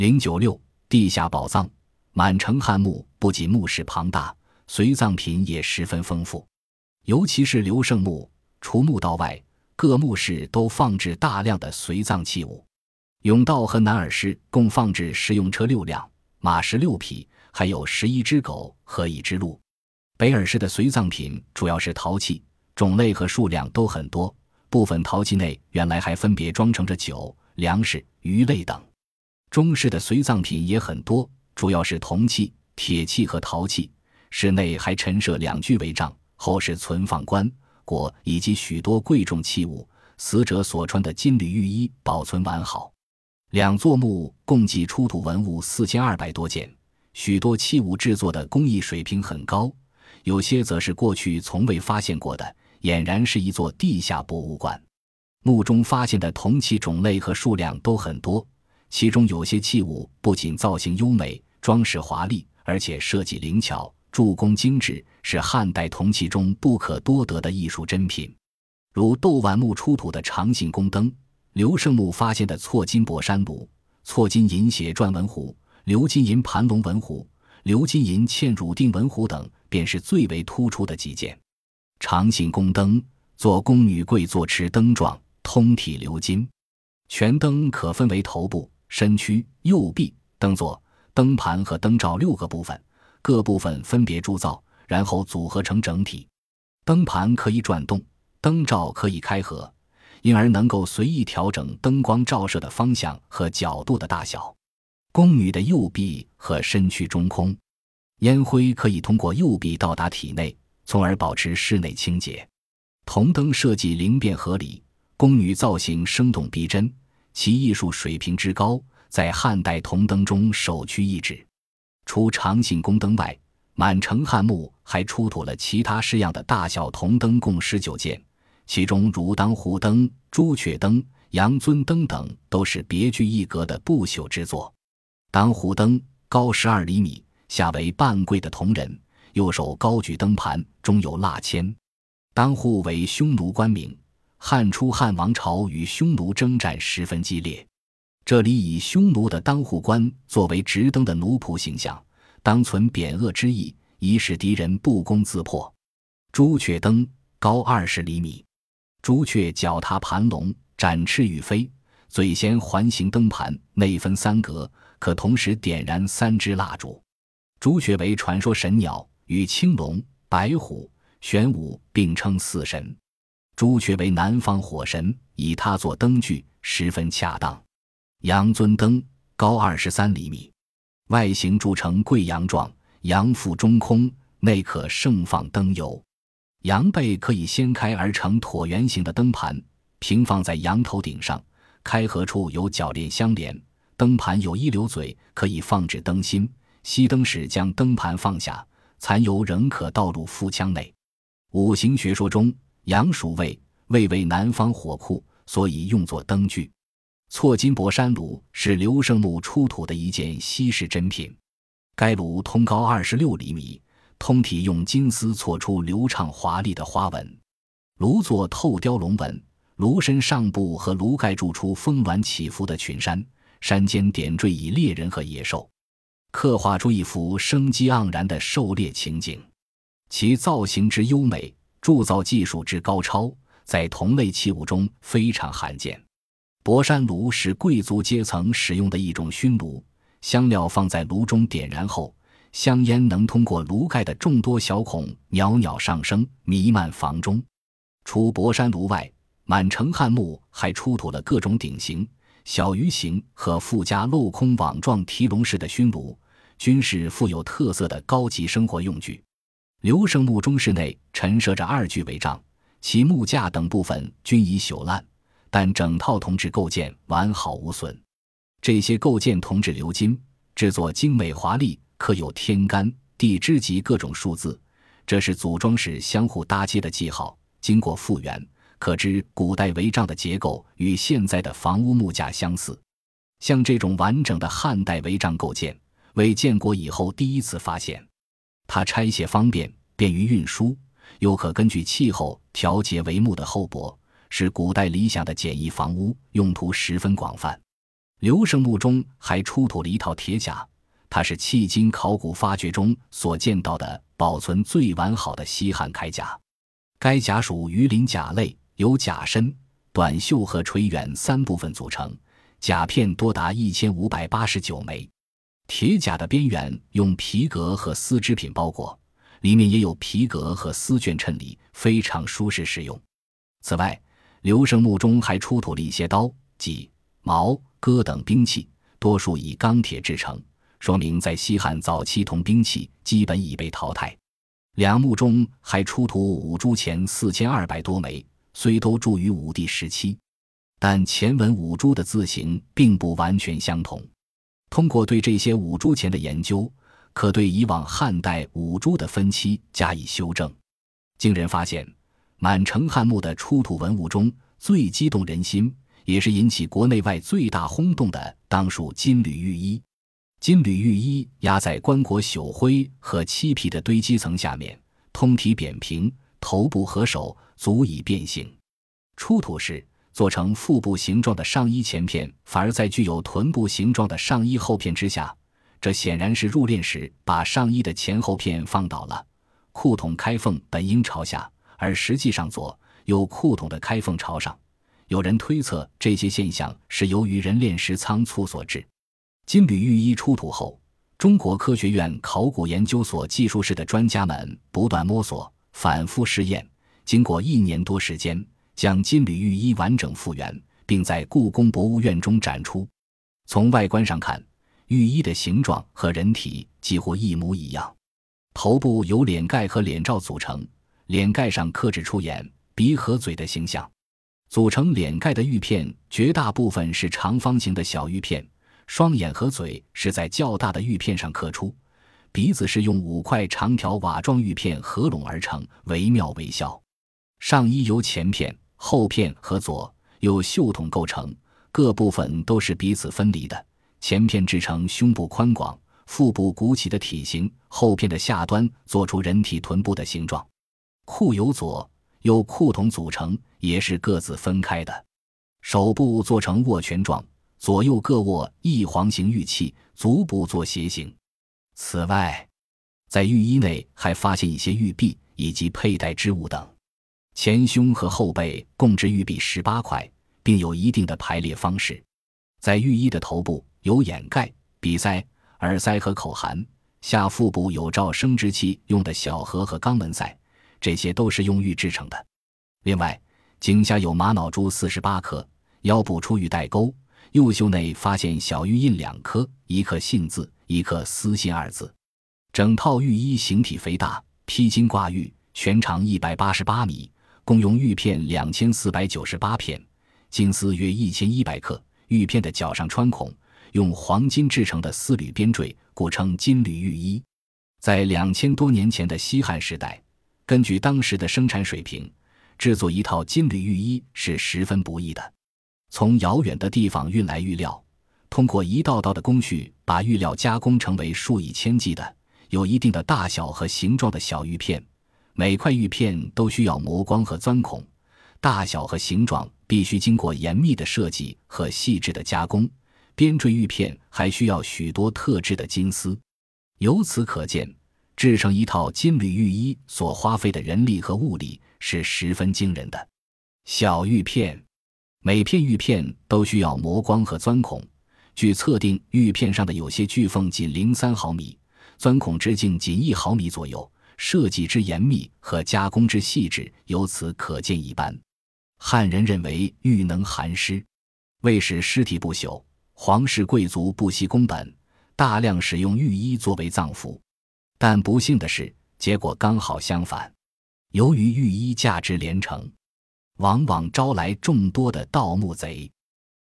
096地下宝藏。满城汉墓不仅墓室庞大，随葬品也十分丰富，尤其是刘胜墓，除墓道外，各墓室都放置大量的随葬器物。甬道和南耳室共放置食用车6辆，马16匹，还有11只狗和1只鹿。北耳室的随葬品主要是陶器，种类和数量都很多，部分陶器内原来还分别装盛着酒、粮食、鱼类等。中室的随葬品也很多，主要是铜器、铁器和陶器，室内还陈设2具帷帐，后室存放棺椁以及许多贵重器物，死者所穿的金缕玉衣保存完好。2座墓共计出土文物4200多件，许多器物制作的工艺水平很高，有些则是过去从未发现过的，俨然是一座地下博物馆。墓中发现的铜器种类和数量都很多，其中有些器物不仅造型优美、装饰华丽，而且设计灵巧、铸工精致，是汉代铜器中不可多得的艺术珍品。如窦宛墓出土的长信宫灯，刘胜墓发现的错金博山炉、错金银血篆文壶、鎏金银盘龙文壶、鎏金银嵌乳定文壶等，便是最为突出的几件。长信宫灯做宫女跪坐持灯状，通体鎏金，全灯可分为头部、身躯、右臂、灯座、灯盘和灯罩6个部分，各部分分别铸造，然后组合成整体。灯盘可以转动，灯罩可以开合，因而能够随意调整灯光照射的方向和角度的大小。宫女的右臂和身躯中空，烟灰可以通过右臂到达体内，从而保持室内清洁。铜灯设计灵便合理，宫女造型生动逼真，其艺术水平之高，在汉代铜灯中首屈一指。除长信宫灯外，满城汉墓还出土了其他式样的大小铜灯共19件，其中如当户灯、朱雀灯、杨尊灯等都是别具一格的不朽之作。当户灯高12厘米，下为半跪的铜人，右手高举灯盘，中有蜡签。当户为匈奴官名，汉初汉王朝与匈奴征战十分激烈，这里以匈奴的当户官作为执灯的奴仆形象，当存贬恶之意，以使敌人不攻自破。朱雀灯高20厘米，朱雀脚踏盘龙，展翅欲飞，嘴衔环形灯盘，内分3格，可同时点燃3支蜡烛。朱雀为传说神鸟，与青龙、白虎、玄武并称4神。朱雀为南方火神，以它做灯具十分恰当。羊尊灯高23厘米，外形铸成贵羊状，羊腹中空，内可盛放灯油。羊背可以掀开而成椭圆形的灯盘，平放在羊头顶上，开合处有铰链相连，灯盘有一流嘴，可以放置灯芯，熄灯时将灯盘放下，残油仍可倒入腹腔内。五行学说中，羊属胃，胃为南方火库，所以用作灯具。错金博山炉是刘胜墓出土的一件稀世珍品，该炉通高26厘米，通体用金丝错出流畅华丽的花纹，炉座透雕龙纹，炉身上部和炉盖铸出峰峦起伏的群山，山间点缀以猎人和野兽，刻画出一幅生机盎然的狩猎情景。其造型之优美，铸造技术之高超，在同类器物中非常罕见。博山炉是贵族阶层使用的一种熏炉，香料放在炉中点燃后，香烟能通过炉盖的众多小孔袅袅上升，弥漫房中。除博山炉外，满城汉墓还出土了各种鼎形、小鱼形和附加镂空网状提笼式的熏炉，均是富有特色的高级生活用具。刘胜墓中室内陈设着2具帷帐，其木架等部分均已朽烂，但整套铜制构件完好无损。这些构件铜制鎏金，制作精美华丽，刻有天干、地支及各种数字，这是组装时相互搭接的记号。经过复原，可知古代帷帐的结构与现在的房屋木架相似。像这种完整的汉代帷帐构件，为建国以后第一次发现，它拆卸方便，便于运输，又可根据气候调节帷幕的厚薄，是古代理想的简易房屋，用途十分广泛。 刘胜墓中还出土了一套铁甲，它是迄今考古发掘中所见到的保存最完好的西汉铠甲。该甲属鱼鳞甲类，由甲身、短袖和垂远3部分组成，甲片多达1589枚。铁甲的边缘用皮革和丝织品包裹，里面也有皮革和丝绢衬里，非常舒适实用。此外，刘胜墓中还出土了一些刀、戟、矛、戈等兵器，多数以钢铁制成，说明在西汉早期铜兵器基本已被淘汰。两墓中还出土五铢钱4200多枚，虽都铸于武帝时期，但前文五铢的字形并不完全相同。通过对这些五铢钱的研究，可对以往汉代五铢的分期加以修正。经人发现，满城汉墓的出土文物中最激动人心，也是引起国内外最大轰动的，当属金缕玉衣。金缕玉衣压在棺椁朽灰和漆皮的堆积层下面，通体扁平，头部和手足以变形。出土时做成腹部形状的上衣前片，反而在具有臀部形状的上衣后片之下，这显然是入殓时把上衣的前后片放倒了。裤筒开缝本应朝下，而实际上左右裤筒的开缝朝上。有人推测这些现象是由于人殓时仓促所致。金缕玉衣出土后，中国科学院考古研究所技术室的专家们不断摸索，反复试验，经过1年多时间，将金缕玉衣完整复原，并在故宫博物院中展出。从外观上看，玉衣的形状和人体几乎一模一样。头部由脸盖和脸罩组成，脸盖上刻制出眼、鼻和嘴的形象。组成脸盖的玉片绝大部分是长方形的小玉片，双眼和嘴是在较大的玉片上刻出，鼻子是用5块长条瓦状玉片合拢而成，惟妙惟肖。上衣由前片、后片和左右袖筒构成，各部分都是彼此分离的，前片制成胸部宽广、腹部鼓起的体型，后片的下端做出人体臀部的形状。裤由左右裤筒组成，也是各自分开的。手部做成握拳状，左右各握一黄形玉器，足部做楔形。此外，在玉衣内还发现一些玉璧以及佩戴之物等。前胸和后背共置玉璧18块，并有一定的排列方式。在玉衣的头部有眼盖、鼻塞、耳塞和口含，下腹部有照生殖器用的小盒和肛门塞，这些都是用玉制成的。另外，颈下有玛瑙珠48颗，腰部出玉带钩，右袖内发现小玉印2颗，一颗信字，一颗私信2字。整套玉衣形体肥大，披金挂玉，全长188米，共用玉片2498片，金丝约1100克。玉片的角上穿孔，用黄金制成的丝缕编缀，故称金缕玉衣。在2000多年前的西汉时代，根据当时的生产水平，制作一套金缕玉衣是十分不易的。从遥远的地方运来玉料，通过一道道的工序把玉料加工成为数以千计的有一定的大小和形状的小玉片，每块玉片都需要磨光和钻孔，大小和形状必须经过严密的设计和细致的加工，编缀玉片还需要许多特制的金丝。由此可见，制成一套金缕玉衣所花费的人力和物力是十分惊人的。小玉片，每片玉片都需要磨光和钻孔，据测定，玉片上的有些巨缝仅0.3毫米，钻孔直径仅1毫米左右，设计之严密和加工之细致，由此可见一斑。汉人认为玉能寒湿，为使尸体不朽，皇室贵族不惜工本，大量使用玉衣作为葬服。但不幸的是，结果刚好相反。由于玉衣价值连城，往往招来众多的盗墓贼。